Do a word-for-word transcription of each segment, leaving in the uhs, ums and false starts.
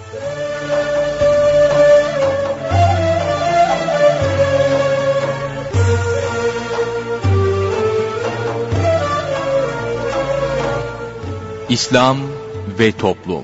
İslam ve Toplum.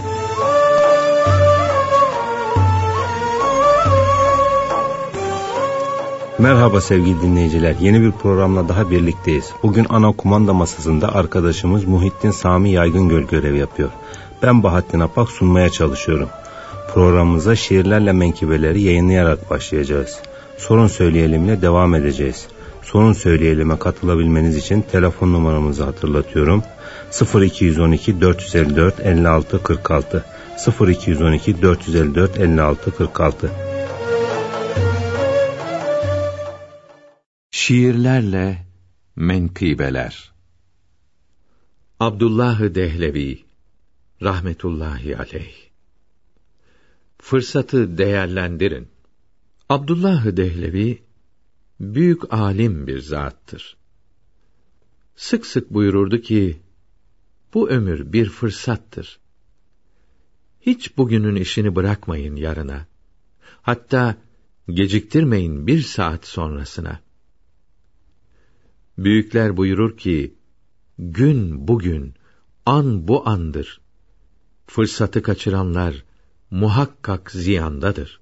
Merhaba sevgili dinleyiciler, yeni bir programla daha birlikteyiz. Bugün ana kumanda masasında arkadaşımız Muhittin Sami Yaygıngöl görev yapıyor. Ben Bahattin Apak sunmaya çalışıyorum. Programımıza şiirlerle menkıbeleri yayınlayarak başlayacağız. Sorun söyleyelimle devam edeceğiz. Sorun söyleyelime katılabilmeniz için telefon numaramızı hatırlatıyorum. sıfır iki on iki dört yüz elli dört elli altı kırk altı sıfır iki on iki dört yüz elli dört elli altı kırk altı. Şiirlerle menkıbeler. Abdullah Dehlevi rahmetullahi aleyh. Fırsatı değerlendirin. Abdullah Dehlevi büyük alim bir zattır. Sık sık buyururdu ki, bu ömür bir fırsattır. Hiç bugünün işini bırakmayın yarına. Hatta geciktirmeyin bir saat sonrasına. Büyükler buyurur ki, gün bugün, an bu andır. Fırsatı kaçıranlar muhakkak ziyandadır.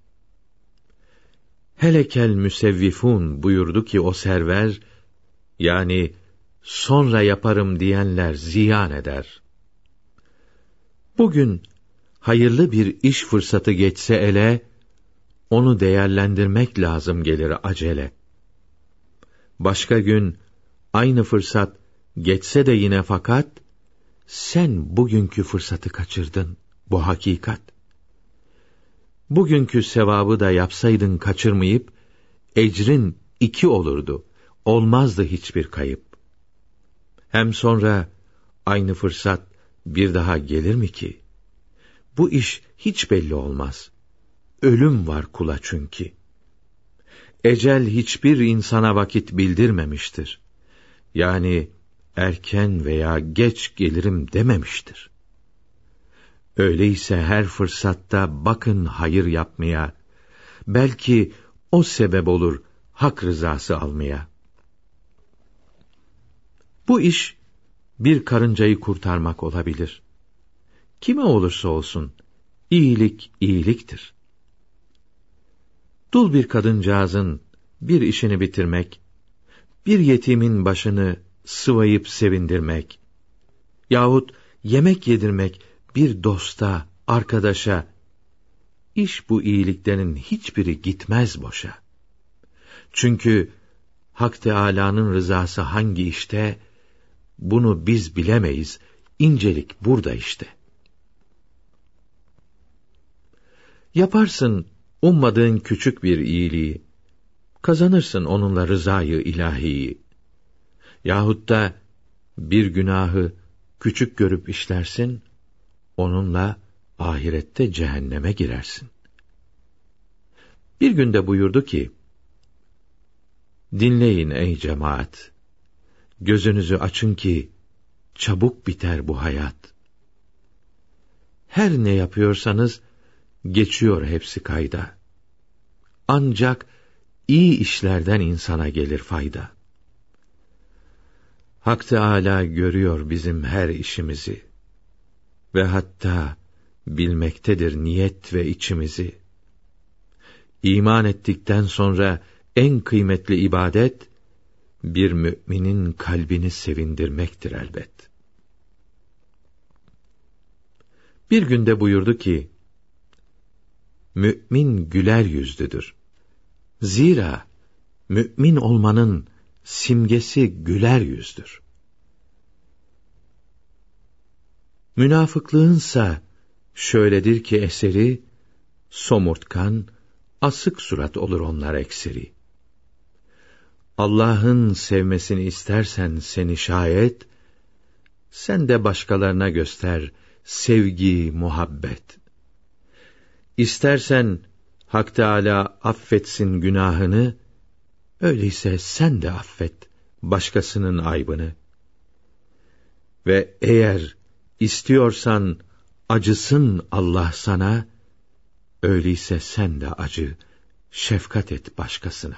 Helekel müsevvifun buyurdu ki o server, yani sonra yaparım diyenler ziyan eder. Bugün hayırlı bir iş fırsatı geçse ele, onu değerlendirmek lazım gelir acele. Başka gün aynı fırsat geçse de yine fakat, sen bugünkü fırsatı kaçırdın, bu hakikat. Bugünkü sevabı da yapsaydın kaçırmayıp, ecrin iki olurdu, olmazdı hiçbir kayıp. Hem sonra aynı fırsat bir daha gelir mi ki? Bu iş hiç belli olmaz. Ölüm var kula çünkü. Ecel hiçbir insana vakit bildirmemiştir. Yani erken veya geç gelirim dememiştir. Öyleyse her fırsatta bakın hayır yapmaya, belki o sebep olur hak rızası almaya. Bu iş bir karıncayı kurtarmak olabilir. Kime olursa olsun iyilik iyiliktir. Dul bir kadıncağızın bir işini bitirmek, bir yetimin başını sıvayıp sevindirmek yahut yemek yedirmek bir dosta, arkadaşa, iş bu iyiliklerin hiçbiri gitmez boşa. Çünkü Hak Teâlâ'nın rızası hangi işte, bunu biz bilemeyiz, incelik burada işte. Yaparsın ummadığın küçük bir iyiliği, kazanırsın onunla rızayı ilahiyi. Yahut da bir günahı küçük görüp işlersin, onunla ahirette cehenneme girersin. Bir günde buyurdu ki, dinleyin ey cemaat, gözünüzü açın ki, çabuk biter bu hayat. Her ne yapıyorsanız, geçiyor hepsi kayda. Ancak iyi işlerden insana gelir fayda. Hak Teâlâ görüyor bizim her işimizi ve hatta bilmektedir niyet ve içimizi. İman ettikten sonra en kıymetli ibadet, bir müminin kalbini sevindirmektir elbet. Bir günde buyurdu ki, mümin güler yüzlüdür. Zira mümin olmanın simgesi güler yüzdür. Münafıklığınsa şöyledir ki eseri, somurtkan, asık surat olur onlar ekseri. Allah'ın sevmesini istersen seni şayet, sen de başkalarına göster sevgi, muhabbet. İstersen Hak Teâlâ affetsin günahını, öyleyse sen de affet başkasının aybını. Ve eğer istiyorsan acısın Allah sana, öyleyse sen de acı, şefkat et başkasına.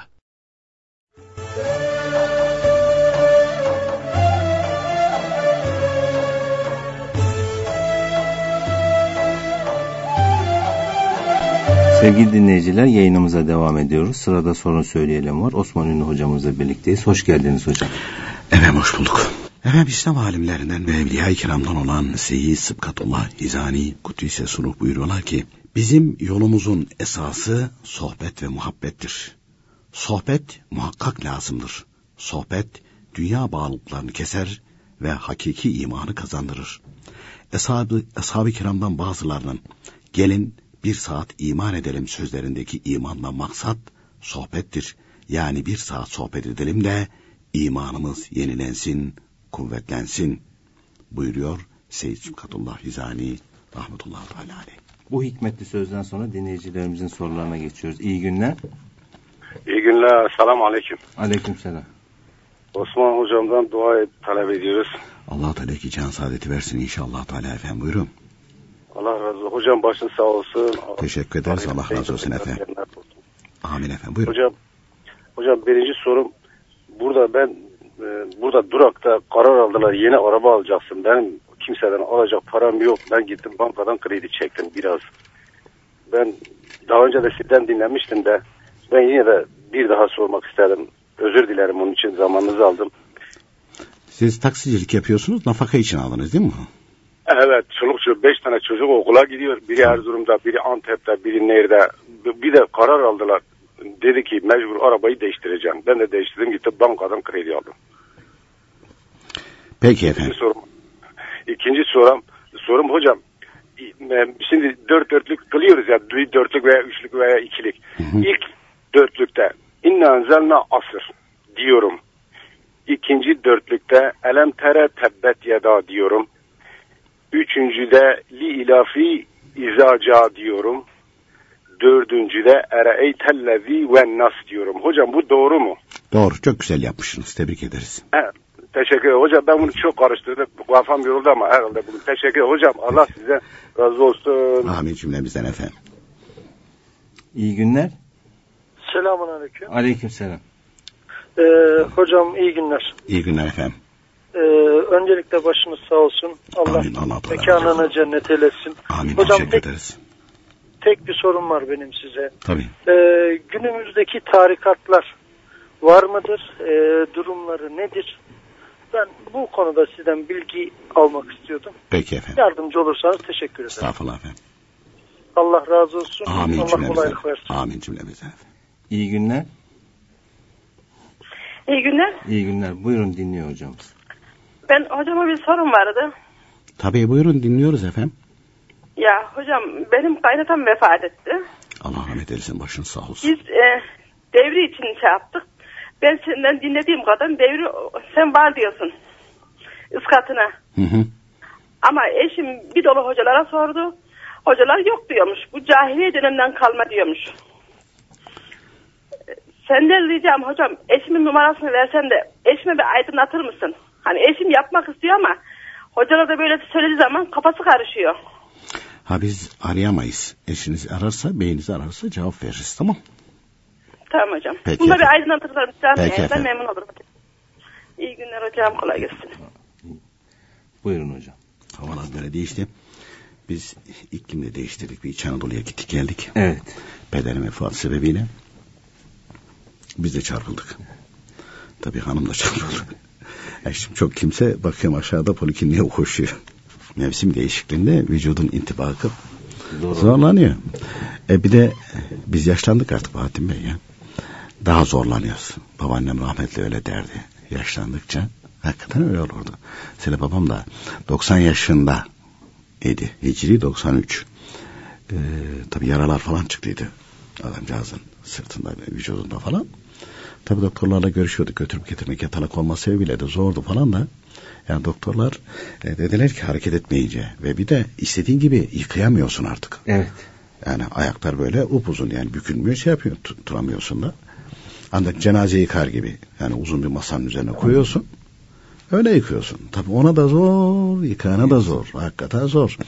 Sevgili dinleyiciler, yayınımıza devam ediyoruz. Sırada Sorun Söyleyelim var. Osman Ünlü hocamızla birlikteyiz. Hoş geldiniz hocam. Efendim hoş bulduk. Efendim İslam alimlerinden ve Evliya-i Kiram'dan olan Seyyid Sıbkatullah Hizani Kuddise Suruh buyuruyorlar ki, bizim yolumuzun esası sohbet ve muhabbettir. Sohbet muhakkak lazımdır. Sohbet dünya bağlılıklarını keser ve hakiki imanı kazandırır. Eshab-ı, Eshab-ı Kiram'dan bazılarının gelin bir saat iman edelim sözlerindeki imanla maksat sohbettir. Yani bir saat sohbet edelim de imanımız yenilensin, kuvvetlensin buyuruyor Seyyid Sıbkatullah Hizani rahmetullahi teala aleyh. Bu hikmetli sözden sonra dinleyicilerimizin sorularına geçiyoruz. İyi günler. İyi günler. Selamun aleyküm. Aleyküm selam. Osman hocamdan dua et, talep ediyoruz. Allah Teala ki can saadeti versin inşallah Teala efendim, buyurun. Allah razı olsun. Hocam başın sağ olsun. Teşekkür ederiz. Allah, Allah razı olsun efendim. Amin efendim. Buyurun. Hocam, hocam birinci sorum, burada ben e, burada durakta karar aldılar, yeni araba alacaksın. Benim kimseden alacak param yok. Ben gittim bankadan kredi çektim biraz. Ben daha önce de sizden dinlemiştim de ben yine de bir daha sormak istedim. Özür dilerim, onun için zamanınızı aldım. Siz taksicilik yapıyorsunuz, nafaka için aldınız değil mi? Evet, çoluk çocuk, beş tane çocuk okula gidiyor. Biri Erzurum'da, biri Antep'te, biri nerede. Bir de karar aldılar. Dedi ki mecbur arabayı değiştireceğim. Ben de değiştirdim, gittim bankadan kredi aldım. Peki efendim. İkinci sorum, ikinci sorum, sorum hocam. Şimdi dört dörtlük kılıyoruz ya, bir dörtlük veya üçlük veya ikilik. Hı hı. İlk dörtlükte inna enzelna asr diyorum. İkinci dörtlükte elem tere tebbet yeda diyorum. Üçüncüde li ilafi izaca diyorum. Dördüncüde ereeytellezi ve nas diyorum. Hocam bu doğru mu? Doğru, çok güzel yapmışsınız. Tebrik ederiz. Evet, teşekkür ederim. Hocam ben bunu çok karıştırdım. Kafam yoruldu ama herhalde bunu. Teşekkür ederim. Hocam Allah size razı olsun. Amin cümlemizden efendim. İyi günler. Selamun aleyküm. Aleyküm selam. Ee, hocam iyi günler. İyi günler efendim. Ee, öncelikle başınız sağ olsun. Allah Amin, Allah mekanını cennet eylesin. Amin, hocam, teşekkür tek, ederiz. Tek bir sorum var benim size. Tabii. Ee, günümüzdeki tarikatlar var mıdır? Ee, durumları nedir? Ben bu konuda sizden bilgi almak istiyordum. Peki efendim. Yardımcı olursanız teşekkür ederim. Estağfurullah efendim. Allah razı olsun. Amin Allah cümlemizden. kolaylık versin. Amin cümlemizden efendim. İyi günler. İyi günler. İyi günler. Buyurun, dinliyor hocamız. Ben hocama bir sorum vardı. Tabii buyurun, dinliyoruz efendim. Ya hocam benim kaynatam vefat etti. Allah rahmet eylesin, başınız sağ olsun. Biz e, devri için şey yaptık. Ben senden dinlediğim kadar devri sen var diyorsun. Iskatına. Hı hı. Ama eşim bir dolu hocalara sordu. Hocalar yok diyormuş. Bu cahiliye döneminden kalma diyormuş. Senden ricam hocam, eşimin numarasını versen de eşime bir aydınlatır mısın? Hani eşim yapmak istiyor ama hocalar da böyle söylediği zaman kafası karışıyor. Ha biz arayamayız. Eşiniz ararsa, beyiniz ararsa cevap veririz, tamam? Tamam hocam. Peki Bunda efendim. bir aydınlatırlar. Peki ben efendim. memnun olurum. İyi günler hocam, kolay gelsin. Buyurun hocam. Havalar böyle değişti. Biz iklimde değiştirdik. Bir İç Anadolu'ya gittik geldik. Evet. Pederim vefat sebebiyle. Biz de çarpıldık. Tabii hanım da çarpıldı. Yani şimdi çok kimse bakıyorum aşağıda polikliniğe koşuyor. Mevsim değişikliğinde vücudun intibakı Zor zorlanıyor. E bir de biz yaşlandık artık Bahattin Bey ya. Daha zorlanıyoruz. Babaannem rahmetli öyle derdi. Yaşlandıkça hakikaten öyle olurdu. Senin babam da doksan yaşında idi. Hicri doksan üç. Ee, tabii yaralar falan çıktıydı. Adamcağızın sırtında, vücudunda falan. Tabii doktorlarla görüşüyorduk. Götürüp getirmek yatalak olma sebebiyle de zordu falan da. Yani doktorlar e, dediler ki hareket etmeyince ve bir de istediğin gibi yıkayamıyorsun artık. Evet. Yani ayaklar böyle upuzun, yani bükülmüyor, şey yapıyor, tutamıyorsun da. Ancak cenaze yıkar gibi. Yani uzun bir masanın üzerine koyuyorsun. Öyle yıkıyorsun. Tabii ona da zor, yıkayana da zor. Hakikaten zor.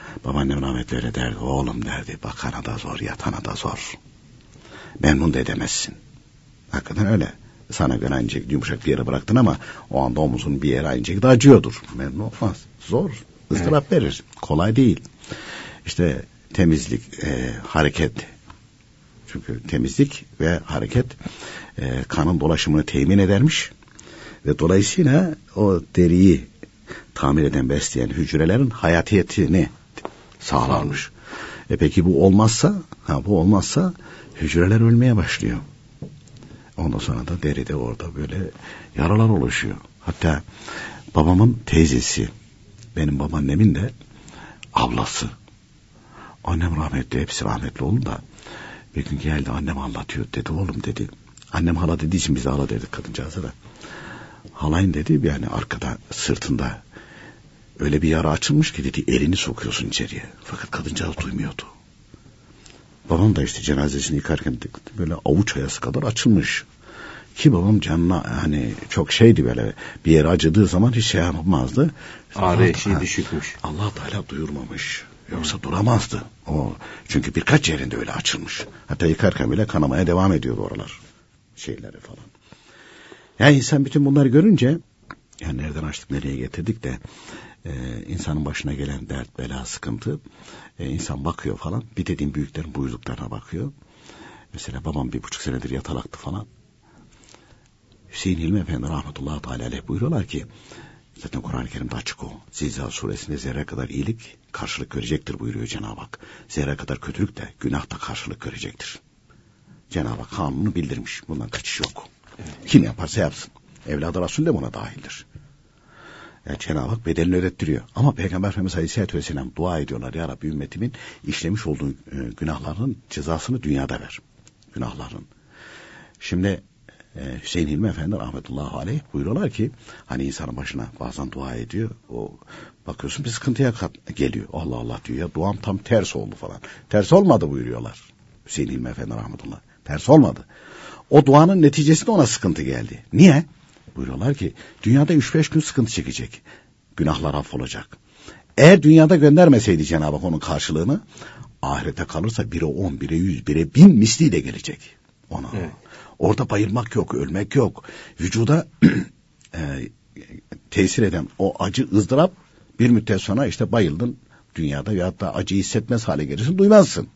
Babaannem rahmetli öyle derdi. Oğlum derdi, bakana da zor, yatana da zor. Memnun da edemezsin. Hakikaten öyle. Sana göre ancak yumuşak bir yere bıraktın ama o anda omuzun bir yere ancak da acıyordur. Memnun olmaz. Zor. ıstırap evet. verir. Kolay değil. İşte temizlik, e, hareket. Çünkü temizlik ve hareket e, kanın dolaşımını temin edermiş. Ve dolayısıyla o deriyi tamir eden, besleyen hücrelerin hayatiyetini sağlarmış. E peki bu olmazsa, ha bu olmazsa hücreler ölmeye başlıyor. Ondan sonra da deride orada böyle yaralar oluşuyor. Hatta babamın teyzesi, benim babaannemin de ablası. Annem rahmetli, hepsi rahmetli oldu da bir gün geldi, annem anlatıyor dedi, oğlum dedi. Annem hala dediği için biz de hala dedik kadıncağıza da. Halayın dedi, yani arkada sırtında öyle bir yara açılmış ki dedi, elini sokuyorsun içeriye. Fakat kadıncağız duymuyordu. Babam da işte cenazesini yıkarken böyle avuç ayası kadar açılmış. Ki babam canına hani çok şeydi, böyle bir yere acıdığı zaman hiç şey yapmazdı. Ağrı eşiği düşükmüş. Allah Teala duyurmamış. Yoksa duramazdı. O çünkü birkaç yerinde öyle açılmış. Hatta yıkarken bile kanamaya devam ediyordu oralar. Şeyleri falan. Yani insan bütün bunları görünce, yani nereden açtık nereye getirdik de e, insanın başına gelen dert, bela, sıkıntı, e, insan bakıyor falan. Bir dediğim büyüklerin buyurduklarına bakıyor. Mesela babam bir buçuk senedir yatalaktı falan. Hüseyin Hilmi Efendi rahmetullahi teala aleyh buyuruyorlar ki, zaten Kur'an-ı Kerim'de açık o. Zilzal suresinde zerre kadar iyilik karşılık görecektir buyuruyor Cenab-ı Hak. Zerre kadar kötülük de, günah da karşılık görecektir. Cenab-ı Hak kanunu bildirmiş. Bundan kaçış yok. Evet. Kim yaparsa yapsın. Evladı Resul de buna dahildir. Yani Cenab-ı Hak bedelini ödettiriyor. Ama Peygamber Efendimiz Aleyhisselatü Vesselam dua ediyorlar. Ya Rabbi, ümmetimin işlemiş olduğu e, günahların cezasını dünyada ver. Günahların. Şimdi e, Hüseyin Hilmi Efendi rahmetullahi aleyh buyuruyorlar ki, hani insanın başına bazen dua ediyor. O bakıyorsun bir sıkıntıya geliyor. Allah Allah diyor ya, duam tam ters oldu falan. Ters olmadı buyuruyorlar. Hüseyin Hilmi Efendi rahmetullah. Ters olmadı. O duanın neticesinde ona sıkıntı geldi. Niye? Buyuruyorlar ki dünyada üç beş gün sıkıntı çekecek. Günahlar affolacak. Eğer dünyada göndermeseydi Cenab-ı Hak onun karşılığını, ahirete kalırsa bire on, bire yüz, bire bin misli de gelecek ona. Evet. Orada bayılmak yok, ölmek yok. Vücuda e, tesir eden o acı, ızdırap bir müddet sonra işte bayıldın dünyada ya da acı hissetmez hale gelirsin, duymazsın.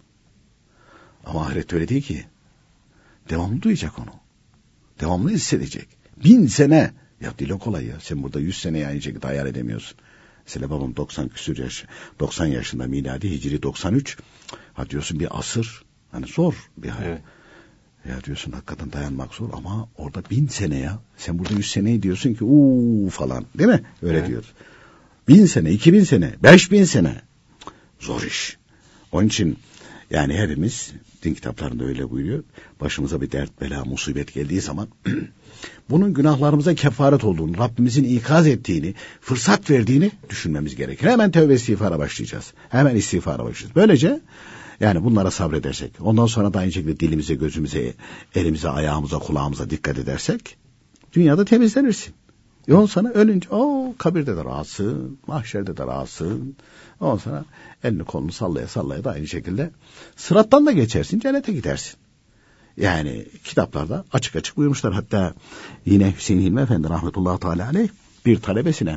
Ama ahiret öyle değil ki. Devamlı duyacak onu. Devamlı hissedecek. Bin sene. Ya dile kolay ya. Sen burada yüz sene aynı şekilde hayal edemiyorsun. Mesela babam doksan küsur yaş, doksan yaşında miladi, hicri doksan üç. Ha diyorsun bir asır. Hani zor bir hayal. Evet. Ya diyorsun hakikaten dayanmak zor ama orada bin sene ya. Sen burada yüz seneyi diyorsun ki uuu falan. Değil mi? Öyle evet. diyoruz. Bin sene, iki bin sene, beş bin sene. Zor iş. Onun için yani hepimiz, din kitaplarında öyle buyuruyor, başımıza bir dert, bela, musibet geldiği zaman bunun günahlarımıza kefaret olduğunu, Rabbimizin ikaz ettiğini, fırsat verdiğini düşünmemiz gerekir. Hemen tövbe istiğfara başlayacağız. Hemen istiğfara başlayacağız. Böylece yani bunlara sabredersek, ondan sonra da aynı şekilde dilimize, gözümüze, elimize, ayağımıza, kulağımıza dikkat edersek dünyada temizlenirsin. Ondan sonra ölünce o kabirde de rahatsın, mahşerde de rahatsın. Ondan sonra elini kolunu sallaya sallaya da aynı şekilde sırattan da geçersin, cennete gidersin. Yani kitaplarda açık açık buyurmuşlar. Hatta yine Hüseyin Hilmi Efendi rahmetullahi teala aleyh bir talebesine,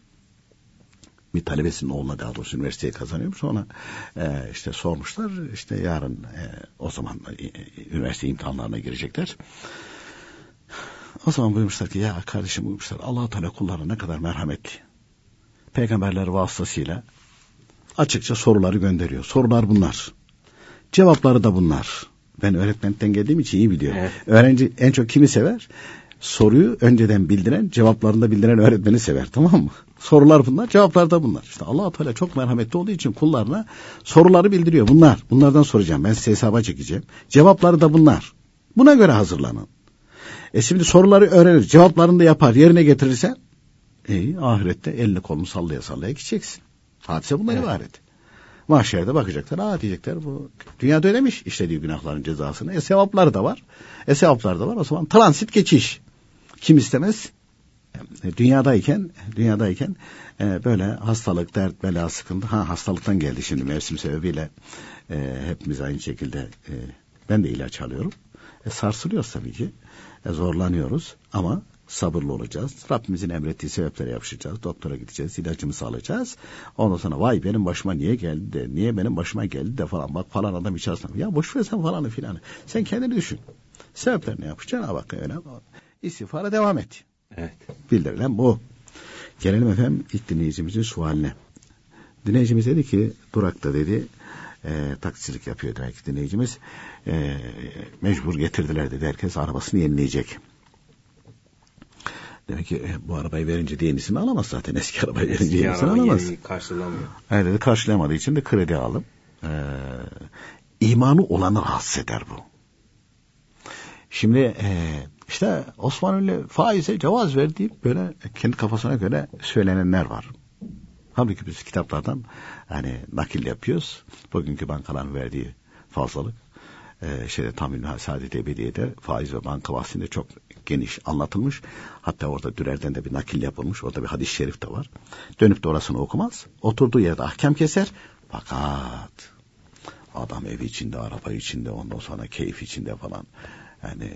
bir talebesinin oğluna, daha doğrusu üniversiteyi kazanıyormuş, sonra e, işte sormuşlar, işte yarın e, o zaman e, üniversite imtihanlarına girecekler. O zaman buyurmuşlar ki ya kardeşim, buyurmuşlar, Allah-u Teala kullarına ne kadar merhametli. Peygamberler vasıtasıyla açıkça soruları gönderiyor. Sorular bunlar. Cevapları da bunlar. Ben öğretmenlikten geldiğim için iyi biliyorum. Evet. Öğrenci en çok kimi sever? Soruyu önceden bildiren, cevaplarını da bildiren öğretmeni sever, tamam mı? Sorular bunlar, cevaplar da bunlar. İşte Allah-u Teala çok merhametli olduğu için kullarına soruları bildiriyor. Bunlar. Bunlardan soracağım. Ben size hesaba çekeceğim. Cevapları da bunlar. Buna göre hazırlanın. E şimdi soruları öğrenir, cevaplarını da yapar, yerine getirirsen iyi, ahirette elini kolunu sallaya sallaya gideceksin. Hadise bundan evet. ibaret. Mahşerde bakacaklar, aa diyecekler, bu dünyada ödemiş işlediği günahların cezasını. E sevapları da var. E sevapları da var. O zaman transit geçiş. Kim istemez? dünyadayken dünyadayken e, böyle hastalık, dert, bela, sıkıntı, ha hastalıktan geldi şimdi mevsim sebebiyle e, hepimiz aynı şekilde e, ben de ilaç alıyorum. E, sarsılıyoruz tabii ki. E, zorlanıyoruz ama sabırlı olacağız. Rabbimizin emrettiği sebeplere yapışacağız. Doktora gideceğiz, ilacımızı alacağız. Ondan sonra vay benim başıma niye geldi de, niye benim başıma geldi de falan. Bak falan adam içerisinde. Ya boş ver sen falanı filanı. Sen kendini düşün. Sebeplerine yapacaksın. Ha bak öyle. İstiğfara devam et. Evet. Bildirilen bu. Gelelim efendim ilk dinleyicimizin sualine. Dinleyicimiz dedi ki durakta dedi e, taksicilik yapıyor demek dinleyicimiz. E, mecbur getirdiler dedi. Herkes arabasını yenileyecek. Demek ki e, bu arabayı verince de yenisini alamaz zaten. Eski arabayı verince Eski yenisini araba alamaz. Yeni karşılamıyor. Evet dedi, karşılayamadığı için de kredi aldım. E, imanı olanı rahatsız eder bu. Şimdi e, işte Osman öyle faize cevaz verdi böyle kendi kafasına göre söylenenler var. Halbuki biz kitaplardan hani nakil yapıyoruz. Bugünkü bankaların verdiği fazlalık e, şeyde Tamim-i Saadet Ebediye'de faiz ve banka bahsinde çok geniş anlatılmış. Hatta orada Dürer'den de bir nakil yapılmış. Orada bir hadis-i şerif de var. Dönüp de orasını okumaz. Oturduğu yerde ahkam keser. Fakat adam evi içinde, araba içinde, ondan sonra keyif içinde falan. Yani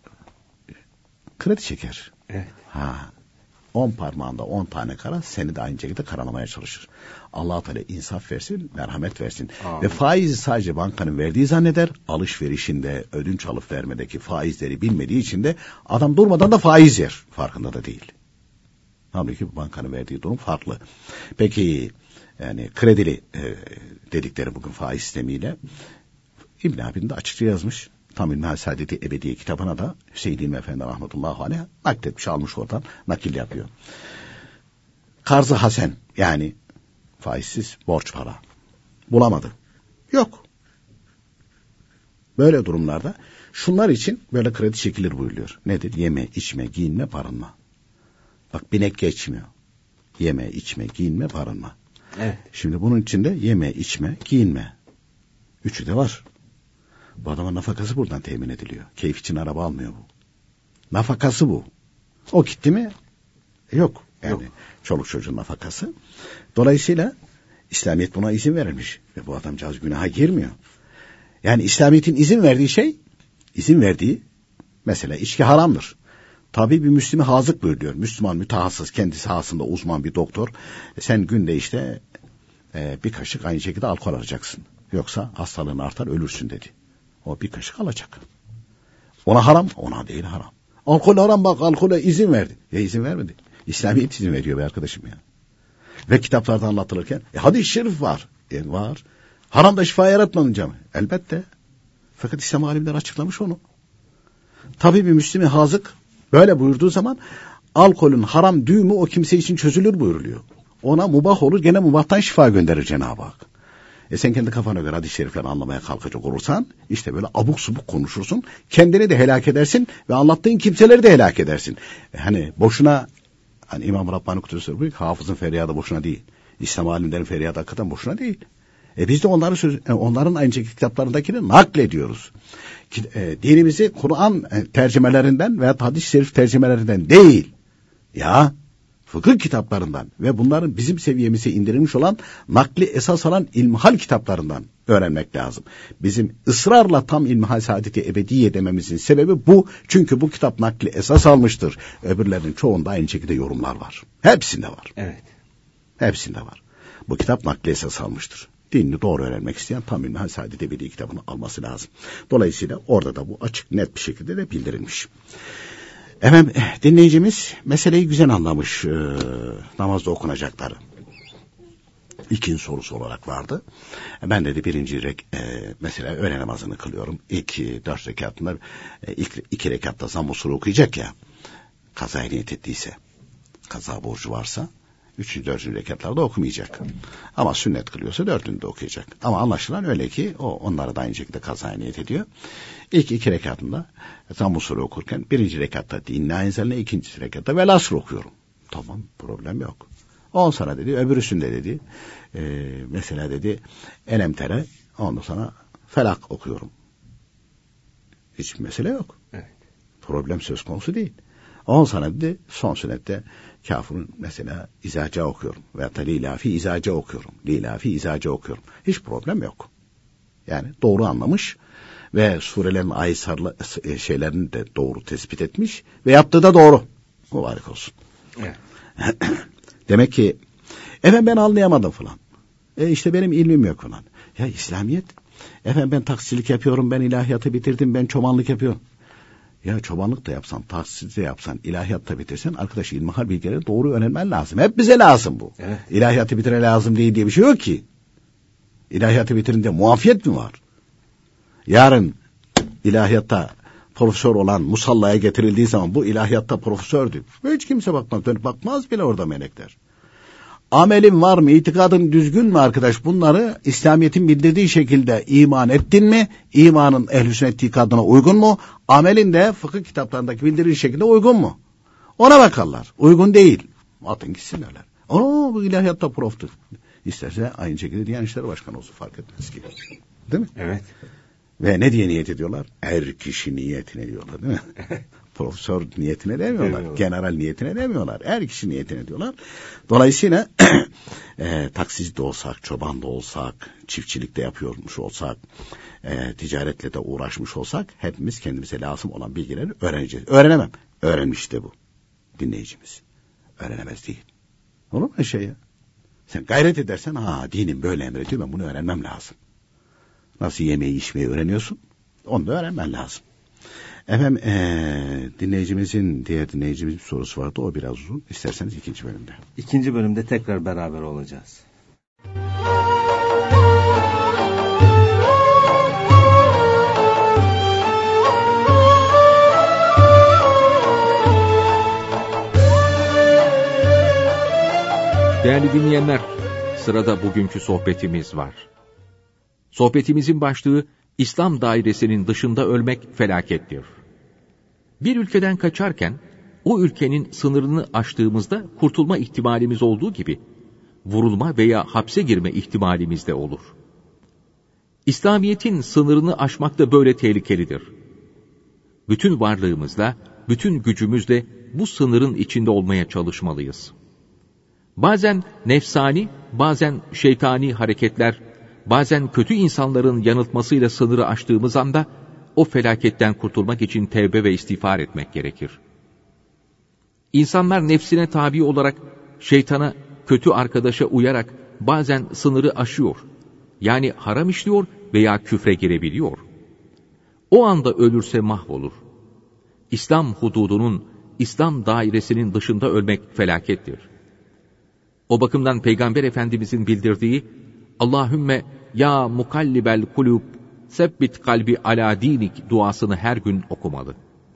kredi çeker. Evet. Ha. On parmağında on tane kara seni de aynı şekilde karalamaya çalışır. Allah-u Teala insaf versin, merhamet versin. Amin. Ve faizi sadece bankanın verdiği zanneder. Alışverişinde, ödünç alıp vermedeki faizleri bilmediği için de adam durmadan da faiz yer. Farkında da değil. Halbuki bu bankanın verdiği durum farklı. Peki yani kredili e, dedikleri bugün faiz sistemiyle İbn Abidin de açıkça yazmış. Tamim-i Saadet Ebediye kitabına da Hüseyin İlmi Efendi rahmetullahi aleyh nakletmiş, almış oradan nakil yapıyor. Karzı hasen yani faizsiz borç para bulamadı. Yok. Böyle durumlarda şunlar için böyle kredi çekilir buyuruyor. Nedir? Yeme, içme, giyinme, barınma. Bak binek geçmiyor. Yeme, içme, giyinme, barınma. Evet. Şimdi bunun içinde yeme, içme, giyinme. Üçü de var. Bu adamın nafakası buradan temin ediliyor. Keyif için araba almıyor bu. Nafakası bu. O gitti mi? Yok. Yani Yok. Çoluk çocuğun nafakası. Dolayısıyla İslamiyet buna izin verilmiş. Ve bu adamcağız günaha girmiyor. Yani İslamiyet'in izin verdiği şey, izin verdiği mesela içki haramdır. Tabii bir Müslümi hazık buyuruyor. Müslüman mütehassıs, kendi sahasında uzman bir doktor. Sen günde işte e, bir kaşık aynı şekilde alkol alacaksın. Yoksa hastalığın artar, ölürsün dedi. O bir kaşık alacak. Ona haram, ona değil haram. Alkol haram bak, alkole izin verdi. Ya izin vermedi. İslamiyet izin veriyor be arkadaşım ya. Ve kitaplarda anlatılırken e, hadis-i şerif var. E, var. Haram da şifa yaratmayınca mı? Elbette. Fakat İslam alimleri açıklamış onu. Tabii bir Müslümi hazık böyle buyurduğu zaman alkolün haram düğümü o kimse için çözülür buyuruluyor. Ona mubah olur, gene mubahtan şifa gönderir Cenab-ı Hak. E sen kendi kafana göre hadis-i şerifleri anlamaya kalkacak olursan işte böyle abuk subuk konuşursun. Kendini de helak edersin ve anlattığın kimseleri de helak edersin. E hani boşuna hani İmam Rabbani Kudüs'ü söylüyor ki hafızın feryadı boşuna değil. İslam alimlerin feryadı hakikaten boşuna değil. E biz de onların söz, onların aynı kitaplarındakini naklediyoruz. E, dinimizi Kur'an tercümelerinden veya hadis-i şerif tercümelerinden değil. Ya fıkıh kitaplarından ve bunların bizim seviyemize indirilmiş olan nakli esas alan ilmihal kitaplarından öğrenmek lazım. Bizim ısrarla tam ilmihal saadeti ebediye dememizin sebebi bu. Çünkü bu kitap nakli esas almıştır. Öbürlerinin çoğunda aynı şekilde yorumlar var. Hepsinde var. Evet. Hepsinde var. Bu kitap nakli esas almıştır. Dinini doğru öğrenmek isteyen tam ilmihal saadeti ebediye kitabını alması lazım. Dolayısıyla orada da bu açık net bir şekilde de bildirilmiş. Efendim dinleyicimiz meseleyi güzel anlamış, e, namazda okunacakları. İkinci sorusu olarak vardı. Ben dedi birinci rek, e, mesela öğle namazını kılıyorum. İki, dört rekatında e, ilk iki rekatta zamm-ı sure okuyacak ya. Kazaya niyet ettiyse, kaza borcu varsa üçüncü, dördüncü rekatlarda okumayacak. Ama sünnet kılıyorsa dördünü de okuyacak. Ama anlaşılan öyle ki o onlara da aynı şekilde kazaya niyet ediyor. İlk iki rekatında zamm-ı sure okurken birinci rekatta inna enzelne, ikinci rekatta vel asr okuyorum. Tamam, problem yok. On sonra dedi öbürüsünde dedi e, mesela dedi elemtere, ondan sonra felak okuyorum. Hiçbir mesele yok. Evet. Problem söz konusu değil. on senede son sünnette Kafir'in mesela izaca okuyorum. Veyahut da lilafi izaca okuyorum. Lilafi izaca okuyorum. Hiç problem yok. Yani doğru anlamış ve surelerin ayetlerle şeylerini de doğru tespit etmiş ve yaptığı da doğru. Mübarek olsun. Evet. Demek ki efendim ben anlayamadım falan. E işte benim ilmim yok falan. Ya İslamiyet, efendim ben taksicilik yapıyorum, ben ilahiyatı bitirdim, ben çobanlık yapıyorum. Ya çobanlık da yapsan, taksicilik de yapsan, ilahiyat da bitirsen, arkadaş ilmihal bilgileri doğru öğrenmen lazım. Hep bize lazım bu. Evet. İlahiyatı bitire lazım değil diye bir şey yok ki. İlahiyatı bitirince muafiyet mi var? Yarın ilahiyatta profesör olan musallaya getirildiği zaman bu ilahiyatta profesördü. Hiç kimse bakmaz, dönüp bakmaz bile orada melekler. Amelin var mı, itikadın düzgün mü arkadaş? Bunları İslamiyet'in bildirdiği şekilde iman ettin mi? İmanın ehl-i sünnet itikadına uygun mu? Amelin de fıkıh kitaplarındaki bildirdiği şekilde uygun mu? Ona bakarlar. Uygun değil. Atın gitsin derler. Oo bu ilahiyatta proftur. İsterse aynı şekilde Diyanet İşleri Başkanı olsun, fark etmez ki. Değil mi? Evet. Ve ne diye niyet ediyorlar? Er kişi niyetine diyorlar, değil mi? Profesör niyetine demiyorlar. Evet. General niyetine demiyorlar. Er kişi niyetine diyorlar. Dolayısıyla e, taksici de olsak, çoban da olsak, çiftçilik de yapıyormuş olsak, e, ticaretle de uğraşmış olsak hepimiz kendimize lazım olan bilgileri öğreneceğiz. Öğrenemem. Öğrenmiş de bu dinleyicimiz. Öğrenemez değil. Olur mu şey ya? Sen gayret edersen, ha dinim böyle emrediyor, ben bunu öğrenmem lazım. Nasıl yemeği içmeyi öğreniyorsun? Onu da öğrenmen lazım. Efendim ee, dinleyicimizin, diğer dinleyicimizin bir sorusu vardı. O biraz uzun. İsterseniz ikinci bölümde. İkinci bölümde tekrar beraber olacağız. Değerli dinleyenler, sırada bugünkü sohbetimiz var. Sohbetimizin başlığı, İslam dairesinin dışında ölmek felakettir. Bir ülkeden kaçarken, o ülkenin sınırını aştığımızda kurtulma ihtimalimiz olduğu gibi, vurulma veya hapse girme ihtimalimiz de olur. İslamiyet'in sınırını aşmak da böyle tehlikelidir. Bütün varlığımızla, bütün gücümüzle bu sınırın içinde olmaya çalışmalıyız. Bazen nefsani, bazen şeytani hareketler, bazen kötü insanların yanıltmasıyla sınırı aştığımız anda, o felaketten kurtulmak için tevbe ve istiğfar etmek gerekir. İnsanlar nefsine tabi olarak, şeytana, kötü arkadaşa uyarak bazen sınırı aşıyor. Yani haram işliyor veya küfre girebiliyor. O anda ölürse mahvolur. İslam hududunun, İslam dairesinin dışında ölmek felakettir. O bakımdan Peygamber Efendimizin bildirdiği, Allahümme ya mukallibel kulub, sebbit kalbi ala dinik duasını her gün okumalı.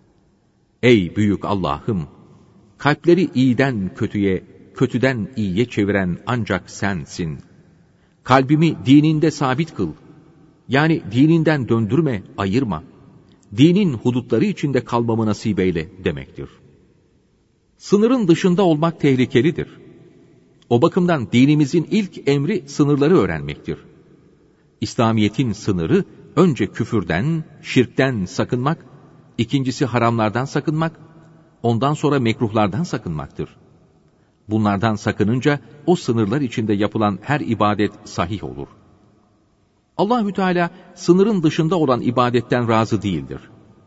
Ey büyük Allah'ım, kalpleri iyiden kötüye, kötüden iyiye çeviren ancak sensin. Kalbimi dininde sabit kıl. Yani dininden döndürme, ayırma. Dinin hudutları içinde kalmamı nasip eyle demektir. Sınırın dışında olmak tehlikelidir. O bakımdan dinimizin ilk emri sınırları öğrenmektir. İslamiyet'in sınırı önce küfürden, şirkten sakınmak, ikincisi haramlardan sakınmak, ondan sonra mekruhlardan sakınmaktır. Bunlardan sakınınca o sınırlar içinde yapılan her ibadet sahih olur. Allahü Teala sınırın dışında olan ibadetten razı değildir.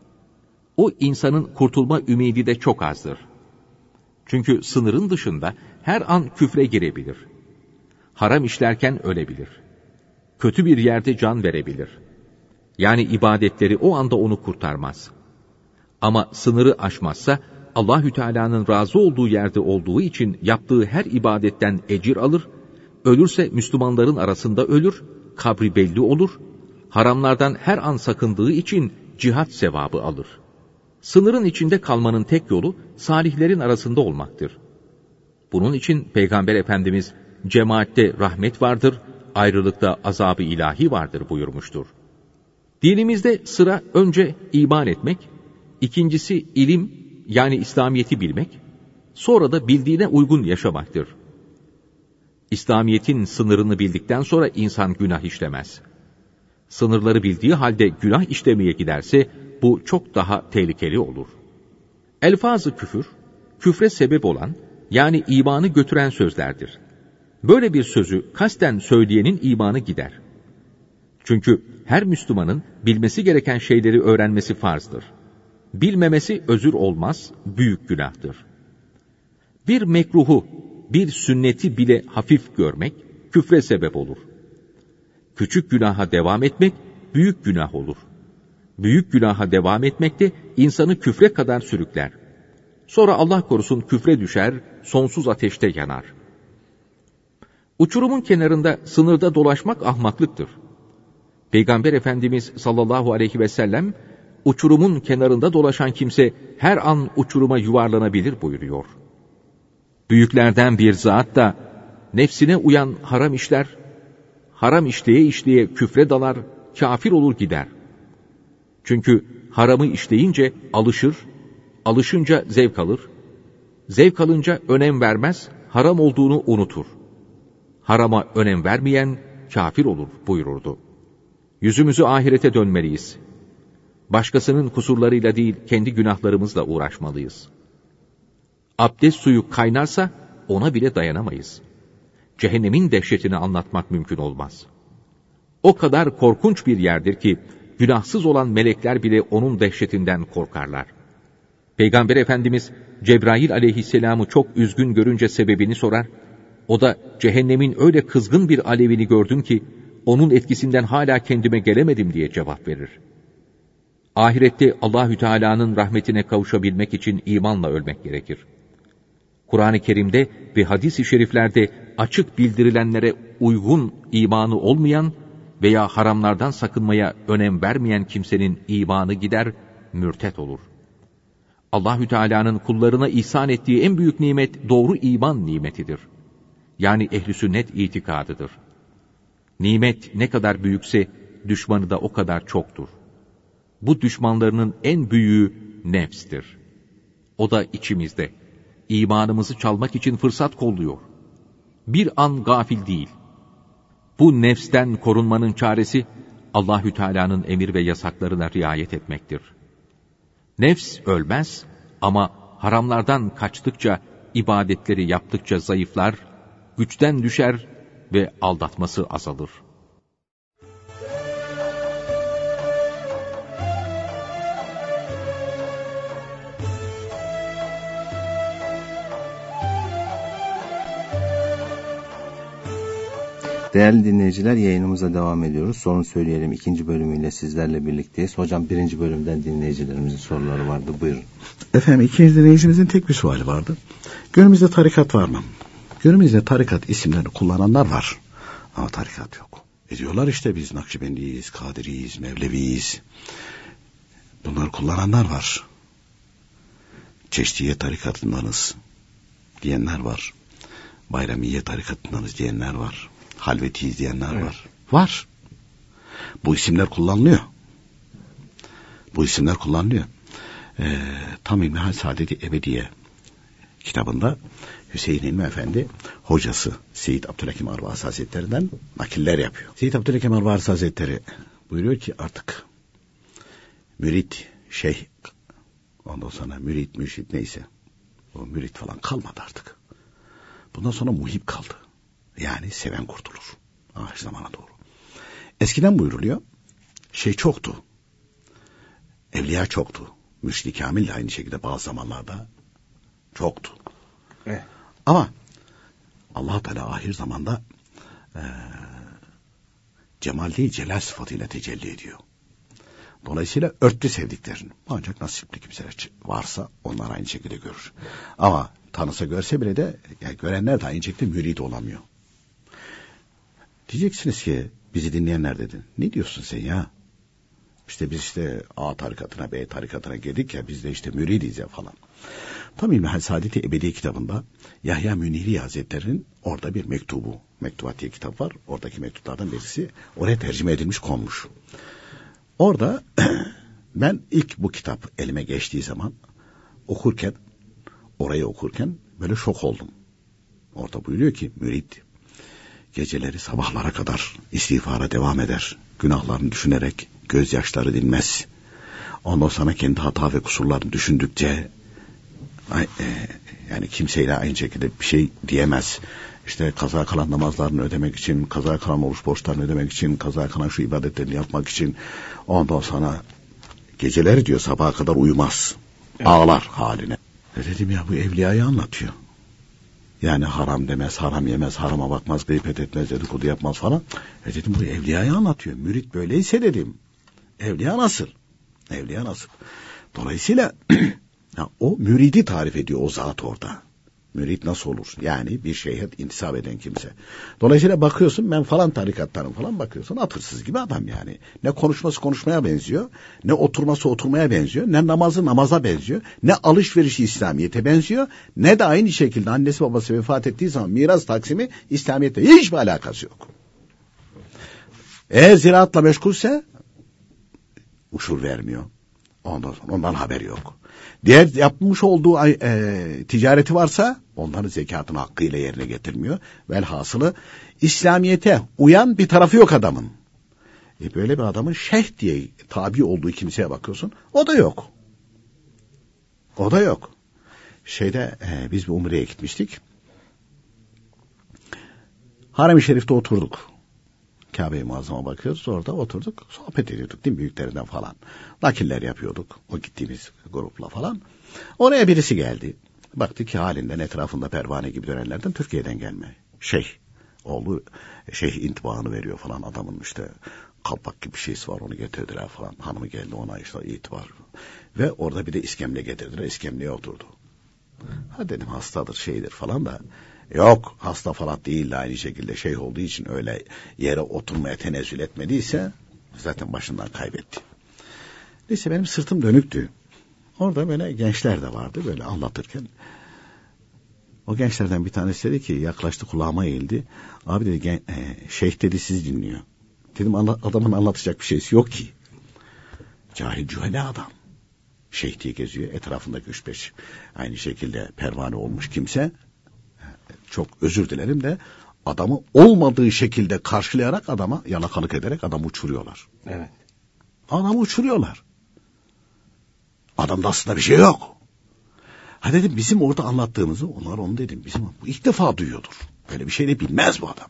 O insanın kurtulma ümidi de çok azdır. Çünkü sınırın dışında her an küfre girebilir. Haram işlerken ölebilir. Kötü bir yerde can verebilir. Yani ibadetleri o anda onu kurtarmaz. Ama sınırı aşmazsa Allahü Teala'nın razı olduğu yerde olduğu için yaptığı her ibadetten ecir alır, ölürse Müslümanların arasında ölür, kabri belli olur, haramlardan her an sakındığı için cihat sevabı alır. Sınırın içinde kalmanın tek yolu salihlerin arasında olmaktır. Bunun için Peygamber Efendimiz cemaatte rahmet vardır, ayrılıkta azab-ı ilahi vardır buyurmuştur. Dinimizde sıra önce iman etmek, ikincisi ilim yani İslamiyet'i bilmek, sonra da bildiğine uygun yaşamaktır. İslamiyet'in sınırını bildikten sonra insan günah işlemez. Sınırları bildiği halde günah işlemeye giderse bu çok daha tehlikeli olur. Elfaz-ı küfür, küfre sebep olan, yani imanı götüren sözlerdir. Böyle bir sözü kasten söyleyenin imanı gider. Çünkü her Müslümanın bilmesi gereken şeyleri öğrenmesi farzdır. Bilmemesi özür olmaz, büyük günahtır. Bir mekruhu, bir sünneti bile hafif görmek, küfre sebep olur. Küçük günaha devam etmek, büyük günah olur. Büyük günaha devam etmek de insanı küfre kadar sürükler. Sonra Allah korusun küfre düşer, sonsuz ateşte yanar. Uçurumun kenarında sınırda dolaşmak ahmaklıktır. Peygamber Efendimiz sallallahu aleyhi ve sellem, uçurumun kenarında dolaşan kimse her an uçuruma yuvarlanabilir buyuruyor. Büyüklerden bir zat da nefsine uyan haram işler, haram işleye işleye küfre dalar, kafir olur gider. Çünkü haramı işleyince alışır, alışınca zevk alır, zevk alınca önem vermez, haram olduğunu unutur. Harama önem vermeyen kafir olur buyururdu. Yüzümüzü ahirete dönmeliyiz. Başkasının kusurlarıyla değil, kendi günahlarımızla uğraşmalıyız. Abdest suyu kaynarsa ona bile dayanamayız. Cehennemin dehşetini anlatmak mümkün olmaz. O kadar korkunç bir yerdir ki, günahsız olan melekler bile onun dehşetinden korkarlar. Peygamber Efendimiz, Cebrail aleyhisselamı çok üzgün görünce sebebini sorar, o da cehennemin öyle kızgın bir alevini gördüm ki, onun etkisinden hala kendime gelemedim diye cevap verir. Ahirette Allahü Teala'nın rahmetine kavuşabilmek için imanla ölmek gerekir. Kur'an-ı Kerim'de ve hadis-i şeriflerde açık bildirilenlere uygun imanı olmayan veya haramlardan sakınmaya önem vermeyen kimsenin imanı gider, mürtet olur. Allahü Teala'nın kullarına ihsan ettiği en büyük nimet doğru iman nimetidir. Yani ehl-i sünnet itikadıdır. Nimet ne kadar büyükse düşmanı da o kadar çoktur. Bu düşmanlarının en büyüğü nefstir. O da içimizde. İmanımızı çalmak için fırsat kolluyor. Bir an gafil değil. Bu nefsten korunmanın çaresi Allahü Teala'nın emir ve yasaklarına riayet etmektir. Nefs ölmez ama haramlardan kaçtıkça, ibadetleri yaptıkça zayıflar, güçten düşer ve aldatması azalır. Değerli dinleyiciler, yayınımıza devam ediyoruz. Sorun söyleyelim ikinci bölümüyle sizlerle birlikteyiz. Hocam birinci bölümden dinleyicilerimizin soruları vardı. Buyurun. Efendim ikinci dinleyicimizin tek bir suali vardı. Günümüzde tarikat var mı? Günümüzde tarikat isimlerini kullananlar var. Ama tarikat yok. E diyorlar işte biz Nakşibendiyiz, Kadiriyiz, Mevleviyiz. Bunları kullananlar var. Çeşdiye tarikatındanız diyenler var. Bayramiye tarikatındanız diyenler var. Halvetiyiz diyenler evet. var. Var. Bu isimler kullanılıyor. Bu isimler kullanılıyor. Ee, Tam İlmihal Saadeti Ebediye kitabında Hüseyin İlmi Efendi hocası Seyyid Abdülhakim Arvasi Hazretleri'nden nakiller yapıyor. Seyyid Abdülhakim Arvasi Hazretleri buyuruyor ki artık mürit, şeyh, ondan sonra mürit, mürşit neyse o mürit falan kalmadı artık. Bundan sonra muhib kaldı. Yani seven kurtulur. Ahir zamana doğru. Eskiden buyuruluyor. Şey çoktu. Evliya çoktu. Mürşid-i Kamil de aynı şekilde bazı zamanlarda çoktu. Evet. Ama Allah Teala ahir zamanda e, cemal değil celal sıfatıyla tecelli ediyor. Dolayısıyla örttü sevdiklerini. Ancak nasipli kimseler varsa onlar aynı şekilde görür. Ama tanısa görse bile de yani görenler de aynı şekilde mürid olamıyor. Diyeceksiniz ki bizi dinleyenler dedi. Ne diyorsun sen ya? İşte biz işte A tarikatına B tarikatına girdik ya biz de işte müridiz ya falan. Tam İlmihal Saadeti Ebedi kitabında Yahya Müniri Hazretleri'nin orada bir mektubu, Mektubat diye kitap var. Oradaki mektuplardan birisi oraya tercüme edilmiş konmuş. Orada ben ilk bu kitap elime geçtiği zaman okurken, orayı okurken böyle şok oldum. Orada buyuruyor ki mürid geceleri sabahlara kadar istiğfara devam eder. Günahlarını düşünerek gözyaşları dinmez. Ondan sonra kendi hata ve kusurlarını düşündükçe Ay, e, yani kimseyle aynı şekilde bir şey diyemez. İşte kaza kalan namazlarını ödemek için, kaza kalan oruç borçlarını ödemek için, kaza kalan şu ibadetlerini yapmak için, ondan sonra geceleri diyor sabaha kadar uyumaz. Evet. Ağlar haline. E dedim ya bu evliyayı anlatıyor. Yani haram demez, haram yemez, harama bakmaz, gıybet etmez, dedikodu yapmaz falan. E dedim bu evliyayı anlatıyor. Mürit böyleyse dedim. Evliya nasıl? Evliya nasıl? Dolayısıyla ya, o müridi tarif ediyor o zat orada. Mürit nasıl olur? Yani bir şeyhe intisap eden kimse. Dolayısıyla bakıyorsun ben falan tarikattanım falan bakıyorsun atırsız gibi adam yani. Ne konuşması konuşmaya benziyor, ne oturması oturmaya benziyor, ne namazı namaza benziyor, ne alışverişi İslamiyet'e benziyor, ne de aynı şekilde annesi babası vefat ettiği zaman miras taksimi İslamiyet'le hiçbir alakası yok. Eğer ziraatla meşgulse uşur vermiyor. Ondan sonra ondan haberi yok. Diğer yapmış olduğu e, ticareti varsa onların zekatını hakkıyla yerine getirmiyor. Velhasılı İslamiyet'e uyan bir tarafı yok adamın. E böyle bir adamın şeyh diye tabi olduğu kimseye bakıyorsun. O da yok. O da yok. Şeyde e, biz bir umreye gitmiştik. Harem-i Şerif'te oturduk. Kabe-i Muazzam'a bakıyoruz. Orada oturduk. Sohbet ediyorduk. Din büyüklerinden falan. Nakiller yapıyorduk. O gittiğimiz grupla falan. Oraya birisi geldi. Baktık ki halinden etrafında pervane gibi dönenlerden Türkiye'den gelme. Şeyh. Oğlu şeyh intibaını veriyor falan. Adamın işte kalpak gibi bir şeysi var. Onu getirdiler falan. Hanımı geldi ona işte itibar. Ve orada bir de iskemle getirdiler. İskemleye oturdu. Ha dedim hastadır şeydir falan da. Yok hasta falan değil de aynı şekilde şeyh olduğu için öyle yere oturmaya tenezzül etmediyse zaten başından kaybetti. Neyse benim sırtım dönüktü. Orada böyle gençler de vardı böyle anlatırken. O gençlerden bir tanesi dedi ki yaklaştı kulağıma eğildi. Abi dedi gen- e, şeyh dedi sizi dinliyor. Dedim adamın anlatacak bir şeysi yok ki. Cahil cühele adam. Şeyh diye geziyor etrafındaki üç beş aynı şekilde pervane olmuş kimse. Çok özür dilerim de adamı olmadığı şekilde karşılayarak adama yalakalık ederek adamı uçuruyorlar. Evet. Adamı uçuruyorlar. Adamda aslında bir şey yok. Ha dedim bizim orada anlattığımızı onlar onu dedim bizim bu ilk defa duyuyordur. Böyle bir şey de bilmez bu adam.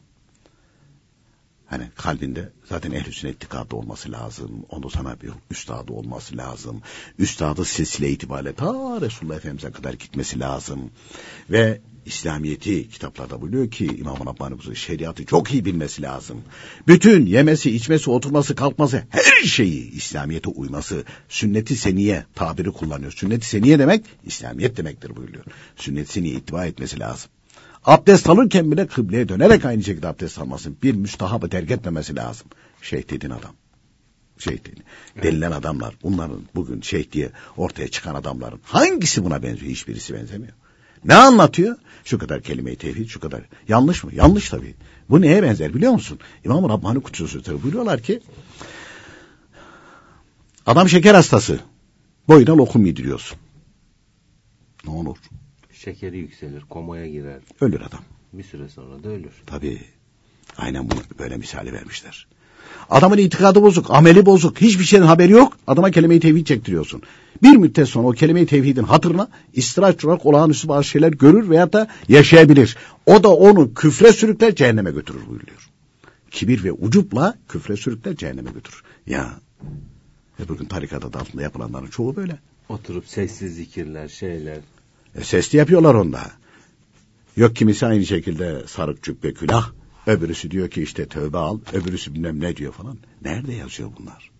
Hani kalbinde zaten ehl-i sünnet itikadı olması lazım. Ondan sonra bir üstadı olması lazım. Üstadı silsile itibariyle ta Resulullah Efendimiz'e kadar gitmesi lazım. Ve İslamiyet'i kitaplarda buluyor ki İmam-ı Rabbani şeriatı çok iyi bilmesi lazım. Bütün yemesi, içmesi, oturması, kalkması her şeyi İslamiyet'e uyması. Sünnet-i seniye tabiri kullanıyor. Sünnet-i seniye demek İslamiyet demektir buyuruyor. Sünnet-i seniye ittiba etmesi lazım. Abdest alırken bile kıbleye dönerek aynı şekilde abdest almasın. Bir müstahabı terk etmemesi lazım. Şeyh dediğin adam. Şeyh dediğin. Evet. Denilen adamlar. Bunların bugün şeyh diye ortaya çıkan adamların hangisi buna benziyor? Hiçbirisi benzemiyor. Ne anlatıyor? Şu kadar kelime-i tevhid, şu kadar. Yanlış mı? Yanlış tabii. Bu neye benzer biliyor musun? İmam-ı Rabbani Kutsusu buyuruyorlar ki adam şeker hastası. Boyuna lokum yediriyorsun. Ne olur? Şekeri yükselir, komaya girer. Ölür adam. Bir süre sonra da ölür. Tabii. Aynen bunu böyle misali vermişler. Adamın itikadı bozuk, ameli bozuk, hiçbir şeyin haberi yok. Adama kelime-i tevhid çektiriyorsun. Bir müddet sonra o kelime-i tevhidin hatırına istirahat olarak olağanüstü bazı şeyler görür veya da yaşayabilir. O da onu küfre sürükler, cehenneme götürür buyuruyor. Kibir ve ucupla küfre sürükler, cehenneme götürür. Ya ve bugün tarikat adı altında yapılanların çoğu böyle. Oturup sessiz zikirler, şeyler. E, sesli yapıyorlar onda. Yok kimisi aynı şekilde sarık cübbe külah. Öbürüsü diyor ki işte tövbe al. Öbürüsü bilmem ne diyor falan. Nerede yazıyor bunlar?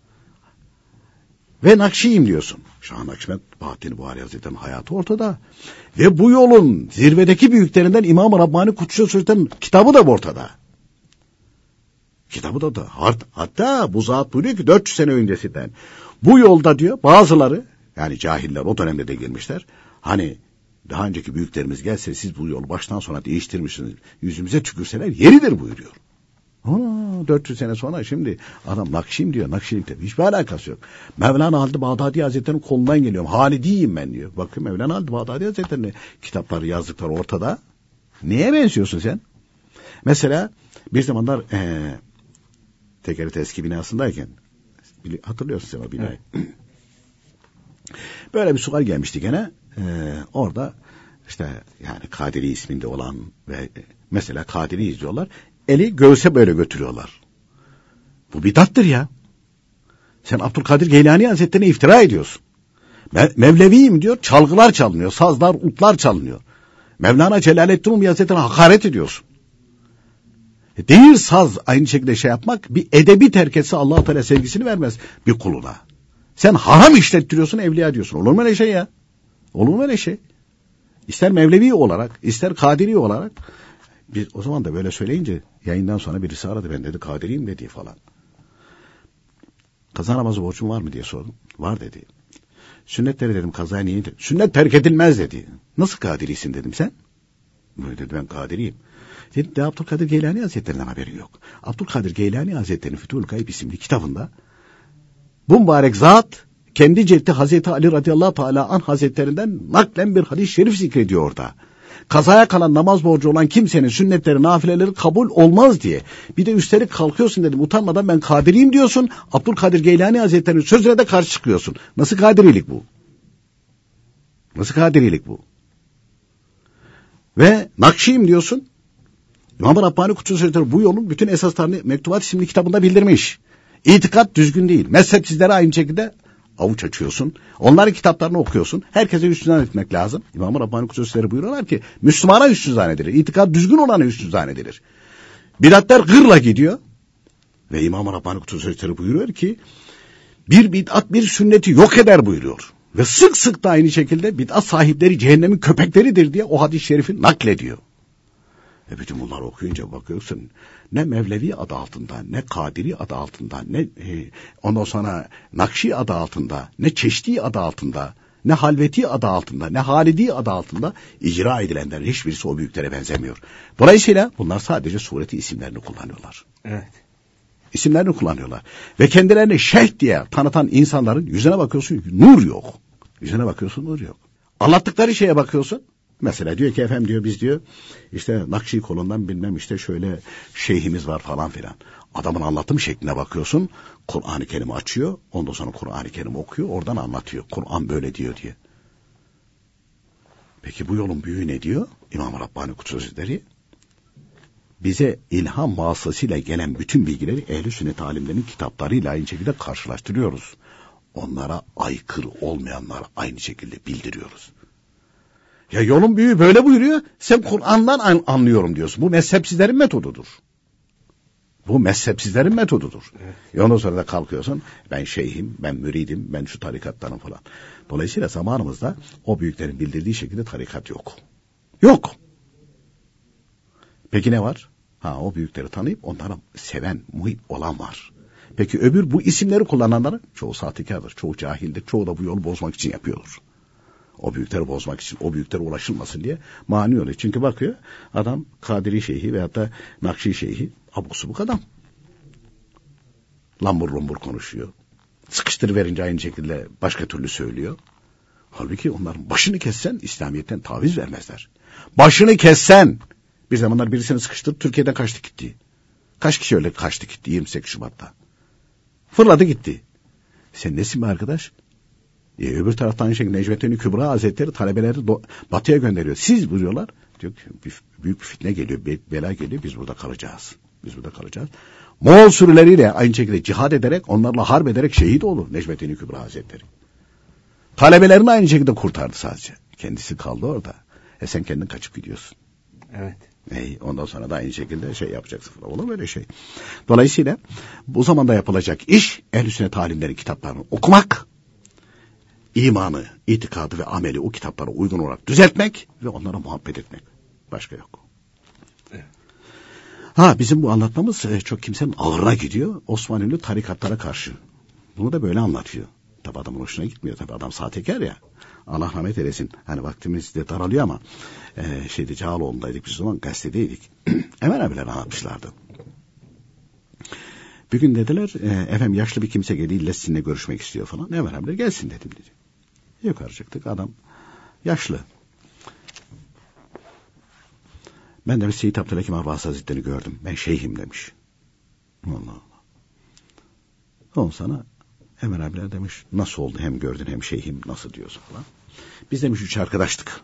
Ve Nakşiyim diyorsun. Şah Nakşibend Bahattin Buhari Hazretleri'nin hayatı ortada. Ve bu yolun zirvedeki büyüklerinden İmam-ı Rabbani Kutsu Sözler'in kitabı da ortada. Kitabı da da. Hatta bu zat buyuruyor ki dört yüz sene öncesinden. Bu yolda diyor bazıları yani cahiller o dönemde de girmişler. Hani daha önceki büyüklerimiz gelse siz bu yolu baştan sona değiştirmişsiniz. Yüzümüze tükürseler yeridir buyuruyor. Ana, dört yüz sene sonra şimdi adam Nakşiyim diyor. Nakşilikte hiçbir alakası yok. Mevlana Halid Bağdadi Hazretleri'nin kolundan geliyorum. Halidiyim ben diyor. Bakın Mevlana Halid Bağdadi Hazretleri'nin kitapları yazdıkları ortada. Neye benziyorsun sen? Mesela bir zamanlar ee, T K R T eski binasındayken hatırlıyorsun sen o binayı. Evet. Böyle bir sual gelmişti gene. Ee, orada işte yani Kadiri isminde olan ve mesela Kadiri izliyorlar. Eli göğse böyle götürüyorlar. Bu bidattır ya. Sen Abdülkadir Geylani Hazretleri'ne iftira ediyorsun. Me- Mevleviyim diyor, çalgılar çalınıyor, sazlar, utlar çalınıyor. Mevlana Celaleddin Rumi Hazretleri'ne hakaret ediyorsun. E değil saz aynı şekilde şey yapmak, bir edebi terketse Allah-u Teala sevgisini vermez bir kuluna. Sen haram işlettiriyorsun, evliya diyorsun. Olur mu öyle şey ya? Olur mu öyle şey? İster Mevlevi olarak, ister Kadiri olarak. Biz o zaman da böyle söyleyince yayından sonra birisi aradı, ben dedi Kadiriyim dedi falan. Kaza namazı borcun var mı diye sordum. Var dedi. Sünnetleri dedim kazaya niye? Sünnet terk edilmez dedi. Nasıl Kadirisin dedim sen? Böyle dedi ben Kadiriyim. Dedi de Abdülkadir Geylani Hazretleri'nden haberi yok. Abdülkadir Geylani Hazretleri'nin Fütuhul Gayb isimli kitabında bu mübarek zat kendi ceddi Hazreti Ali radıyallahu teala anh Hazretlerinden naklen bir hadis-i şerif zikrediyor orada. Kazaya kalan namaz borcu olan kimsenin sünnetleri, nafileleri kabul olmaz diye. Bir de üstelik kalkıyorsun dedim utanmadan ben Kadiriyim diyorsun. Abdülkadir Geylani Hazretleri'nin sözüne de karşı çıkıyorsun. Nasıl Kadirilik bu? Nasıl Kadirilik bu? Ve Nakşiyim diyorsun. İmam-ı Rabbani Kutsu Sözleri bu yolun bütün esaslarını Mektubat isimli kitabında bildirmiş. İtikat düzgün değil. Mezhepsizlere aynı şekilde avuç açıyorsun. Onların kitaplarını okuyorsun. Herkese hüsnü zannetmek lazım. İmam-ı Rabbani Kutsu Sözleri buyuruyorlar ki Müslümana hüsnü zannedilir. İtikat düzgün olana hüsnü zannedilir. Bidatler gırla gidiyor. Ve İmam-ı Rabbani Kutsu Sözleri buyuruyor ki bir bid'at bir sünneti yok eder buyuruyor. Ve sık sık da aynı şekilde bid'at sahipleri cehennemin köpekleridir diye o hadis-i şerifi naklediyor. Ve bütün bunları okuyunca bakıyorsun ne Mevlevi adı altında, ne Kadiri adı altında, ne e, ondan sonra Nakşi adı altında, ne Çeşdi adı altında, ne Halveti adı altında, ne Halidi adı altında icra edilenlerin hiçbirisi o büyüklere benzemiyor. Dolayısıyla bunlar sadece sureti isimlerini kullanıyorlar. Evet. İsimlerini kullanıyorlar. Ve kendilerini şeyh diye tanıtan insanların yüzüne bakıyorsun nur yok. Yüzüne bakıyorsun nur yok. Anlattıkları şeye bakıyorsun. Mesela diyor ki efendim diyor biz diyor işte Nakşi kolundan bilmem işte şöyle şeyhimiz var falan filan. Adamın anlatım şekline bakıyorsun. Kur'an-ı Kerim'i açıyor. Ondan sonra Kur'an-ı Kerim okuyor. Oradan anlatıyor. Kur'an böyle diyor diye. Peki bu yolun büyüğü ne diyor? İmam-ı Rabbani Kutsu Sözleri bize ilham vasıtasıyla gelen bütün bilgileri ehl-i sünnet alimlerinin kitaplarıyla aynı şekilde karşılaştırıyoruz. Onlara aykırı olmayanlara aynı şekilde bildiriyoruz. Ya yolun büyüğü böyle buyuruyor. Sen Kur'an'dan an- anlıyorum diyorsun. Bu mezhepsizlerin metodudur. Bu mezhepsizlerin metodudur. Evet. E ondan sonra da kalkıyorsun. Ben şeyhim, ben müridim, ben şu tarikattanım falan. Dolayısıyla zamanımızda o büyüklerin bildirdiği şekilde tarikat yok. Yok. Peki ne var? Ha o büyükleri tanıyıp onlara seven, muhip olan var. Peki öbür bu isimleri kullananların çoğu sahtekardır, çoğu cahildir, çoğu da bu yolu bozmak için yapıyordur. O büyükleri bozmak için, o büyüklere ulaşılmasın diye mani oluyor. Çünkü bakıyor adam Kadiri şeyhi veyahut da Nakşi şeyhi abuk subuk adam. Lambur lumbur konuşuyor. Sıkıştır verince aynı şekilde başka türlü söylüyor. Halbuki onların başını kessen İslamiyet'ten taviz vermezler. Başını kessen bir zamanlar birisini sıkıştırıp Türkiye'den kaçtı gitti. Kaç kişi öyle kaçtı gitti yirmi sekiz Şubat'ta. Fırladı gitti. Sen nesin be arkadaş? E, öbür taraftan aynı şekilde Necmettin Kübra Hazretleri talebeleri do- batıya gönderiyor. Siz buyuruyorlar. Diyor ki bir, büyük bir fitne geliyor, be- bela geliyor. Biz burada kalacağız. Biz burada kalacağız. Moğol sürüleriyle aynı şekilde cihad ederek, onlarla harp ederek şehit olur Necmettin Kübra Hazretleri. Talebelerini aynı şekilde kurtardı sadece. Kendisi kaldı orada. E sen kendin kaçıp gidiyorsun. Evet. E, ondan sonra da aynı şekilde şey yapacaksın falan. Olur böyle şey. Dolayısıyla bu zamanda yapılacak iş ehl-i sünnet alimlerin kitaplarını okumak, imanı, itikadı ve ameli o kitaplara uygun olarak düzeltmek ve onlara muhabbet etmek. Başka yok. Evet. Ha bizim bu anlatmamız çok kimsenin ağırına gidiyor. Osmanlı tarikatlara karşı. Bunu da böyle anlatıyor. Tabi adamın hoşuna gitmiyor. Tabi adam sahtekar ya. Allah rahmet eylesin. Hani vaktimiz de daralıyor ama e, şeyde Cağaloğlu'ndaydık biz o zaman gazetedeydik. Emel abiler anlatmışlardı. Bir gün dediler e, efendim yaşlı bir kimse geldi ille sizinle görüşmek istiyor falan. Emel abiler gelsin dedim dedi. Yukarı çıktık adam yaşlı. Ben de Seyyid Abdülhakim Abbas Hazretleri'ni gördüm. Ben şeyhim demiş. Allah Allah. Ondan sonra Emel abiler demiş nasıl oldu hem gördün hem şeyhim nasıl diyorsun falan. Biz demiş üç arkadaştık.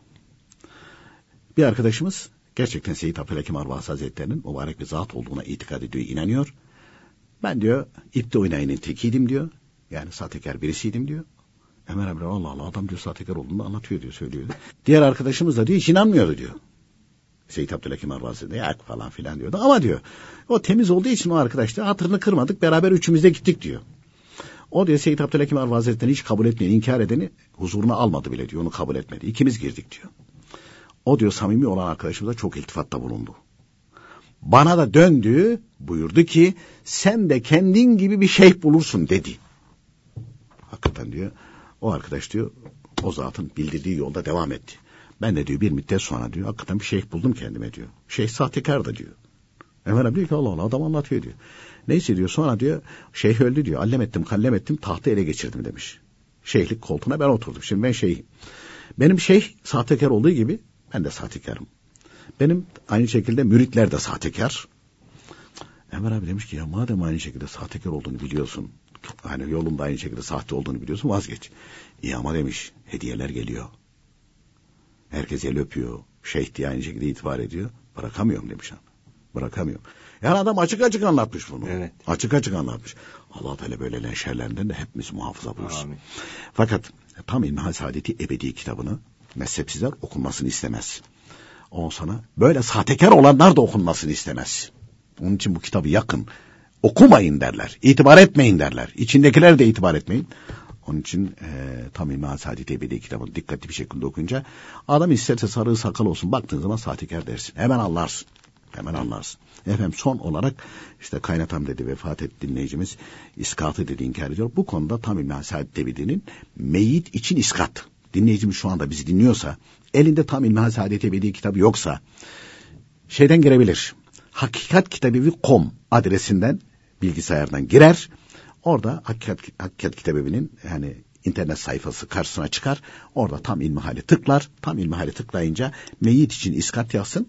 Bir arkadaşımız gerçekten Seyyid Abdülhakim Arvasi Hazretleri'nin mübarek bir zat olduğuna itikad ediyor, inanıyor. Ben diyor ipte oynayanın tekiydim diyor. Yani sahtekar birisiydim diyor. Ömer abi Allah Allah adam diyor sahtekar olduğunu anlatıyor diyor, söylüyor. Diğer arkadaşımız da diyor hiç inanmıyordu diyor. Seyyid Abdülhakim Arvasi de yak falan filan diyordu. Ama diyor o temiz olduğu için o arkadaş diyor hatırını kırmadık, beraber üçümüz de gittik diyor. O diyor Seyyid Abdülhakim Arvasi Hazretleri'ni hiç kabul etmeyen, inkar edeni huzuruna almadı bile diyor. Onu kabul etmedi. İkimiz girdik diyor. O diyor samimi olan arkadaşımıza çok iltifatta bulundu. Bana da döndü, buyurdu ki sen de kendin gibi bir şeyh bulursun dedi. Hakikaten diyor o arkadaş diyor o zatın bildirdiği yolda devam etti. Ben de diyor bir müddet sonra diyor hakikaten bir şeyh buldum kendime diyor. Şeyh sahtekar da diyor. Ömer abi diyor ki Allah Allah adam anlatıyor diyor. Neyse diyor sonra diyor şeyh öldü diyor. Allem ettim kallem ettim tahtı ele geçirdim demiş. Şeyhlik koltuğuna ben oturdum. Şimdi ben şeyhim. Benim şeyh sahtekar olduğu gibi ben de sahtekarım. Benim aynı şekilde müritler de sahtekar. Ömer abi demiş ki ya madem aynı şekilde sahtekar olduğunu biliyorsun. Hani yolunda aynı şekilde sahte olduğunu biliyorsun vazgeç. İyi ama demiş hediyeler geliyor. Herkes el öpüyor. Şeyh diye aynı şekilde itibar ediyor. Bırakamıyorum demiş. Bırakamıyorum. Yani adam açık açık anlatmış bunu. Evet. Açık açık anlatmış. Allah Teala böyle şerlerinden de hepimiz muhafaza buyursun. Amin. Fakat tam İlmihal Saadeti Ebedi kitabını mezhepsizler okunmasını istemez. Ondan sonra böyle sahtekar olanlar da okunmasını istemez. Onun için bu kitabı yakın. Okumayın derler. İtibar etmeyin derler. İçindekiler de itibar etmeyin. Onun için e, tam İlmihal Saadeti Ebedi kitabını dikkatli bir şekilde okuyunca adam isterse sarığı sakal olsun baktığın zaman sahtekar dersin. Hemen anlarsın. Hemen anlarsın. Efendim son olarak işte kaynatam dedi vefat etti dinleyicimiz iskatı dedi inkar ediyor. Bu konuda tam İlmihal Saadeti Ebedi'nin meyit için iskat. Dinleyicimiz şu anda bizi dinliyorsa elinde tam İlmihal Saadeti Ebedi kitabı yoksa şeyden girebilir. hakikatkitabı nokta com adresinden bilgisayardan girer. Orada Hakikat, Hakikat Kitabevi'nin yani internet sayfası karşısına çıkar. Orada tam ilmihali tıklar. Tam ilmihali tıklayınca meyit için iskat yazsın.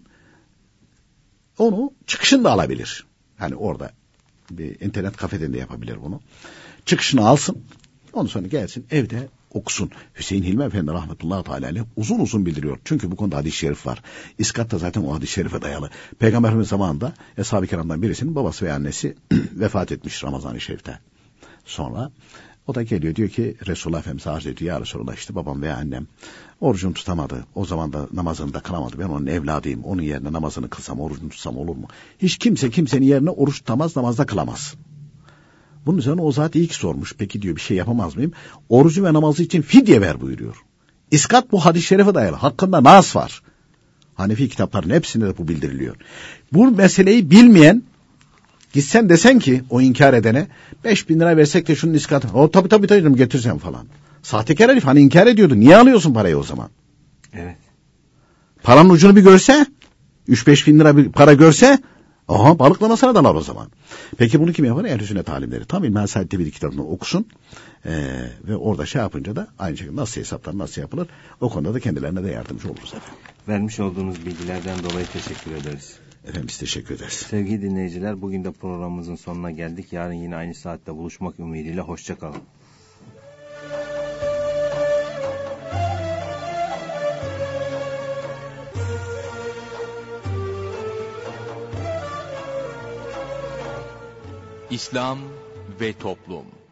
Onu çıkışını da alabilir. Yani orada bir internet kafeden de yapabilir bunu. Çıkışını alsın. Ondan sonra gelsin evde okusun. Hüseyin Hilmi Efendi rahmetullahi teala aleyh uzun uzun bildiriyor. Çünkü bu konuda hadis-i şerif var. İskat da zaten o hadis-i şerife dayalı. Peygamberimiz zamanında Eshab-ı Kiram'dan birisinin babası ve annesi vefat etmiş Ramazan-ı Şerif'te. Sonra o da geliyor diyor ki Resulullah Efendimiz arz ediyor ya Resulullah işte babam veya annem orucunu tutamadı. O zaman da namazını da kılamadı. Ben onun evladıyım. Onun yerine namazını kılsam orucunu tutsam olur mu? Hiç kimse kimsenin yerine oruç tutamaz namazda kılamaz. Bunun üzerine o zat iyi ki sormuş. Peki diyor bir şey yapamaz mıyım? Orucu ve namazı için fidye ver buyuruyor. İskat bu hadis-i şerife dayalı. Hakkında nas var. Hanefi kitapların hepsinde de bu bildiriliyor. Bu meseleyi bilmeyen gitsen desen ki o inkar edene beş bin lira versek de şunun iskatı. O tabii tabii tabii getirsen falan. Sahtekar herif hani inkar ediyordu. Niye alıyorsun parayı o zaman? Evet. Paranın ucunu bir görse üç beş bin lira bir para görse aha balıklamasına dalar o zaman. Peki bunu kim yapar? Ehl-i Sünnet alimleri. Tam İlmihal Saadeti Ebedi kitabını okusun ee, ve orada şey yapınca da aynı şekilde nasıl hesaplar nasıl yapılır o konuda da kendilerine de yardımcı oluruz efendim. Vermiş olduğunuz bilgilerden dolayı teşekkür ederiz. Efendim biz teşekkür ederiz. Sevgili dinleyiciler bugün de programımızın sonuna geldik. Yarın yine aynı saatte buluşmak ümidiyle hoşça kalın. İslam ve Toplum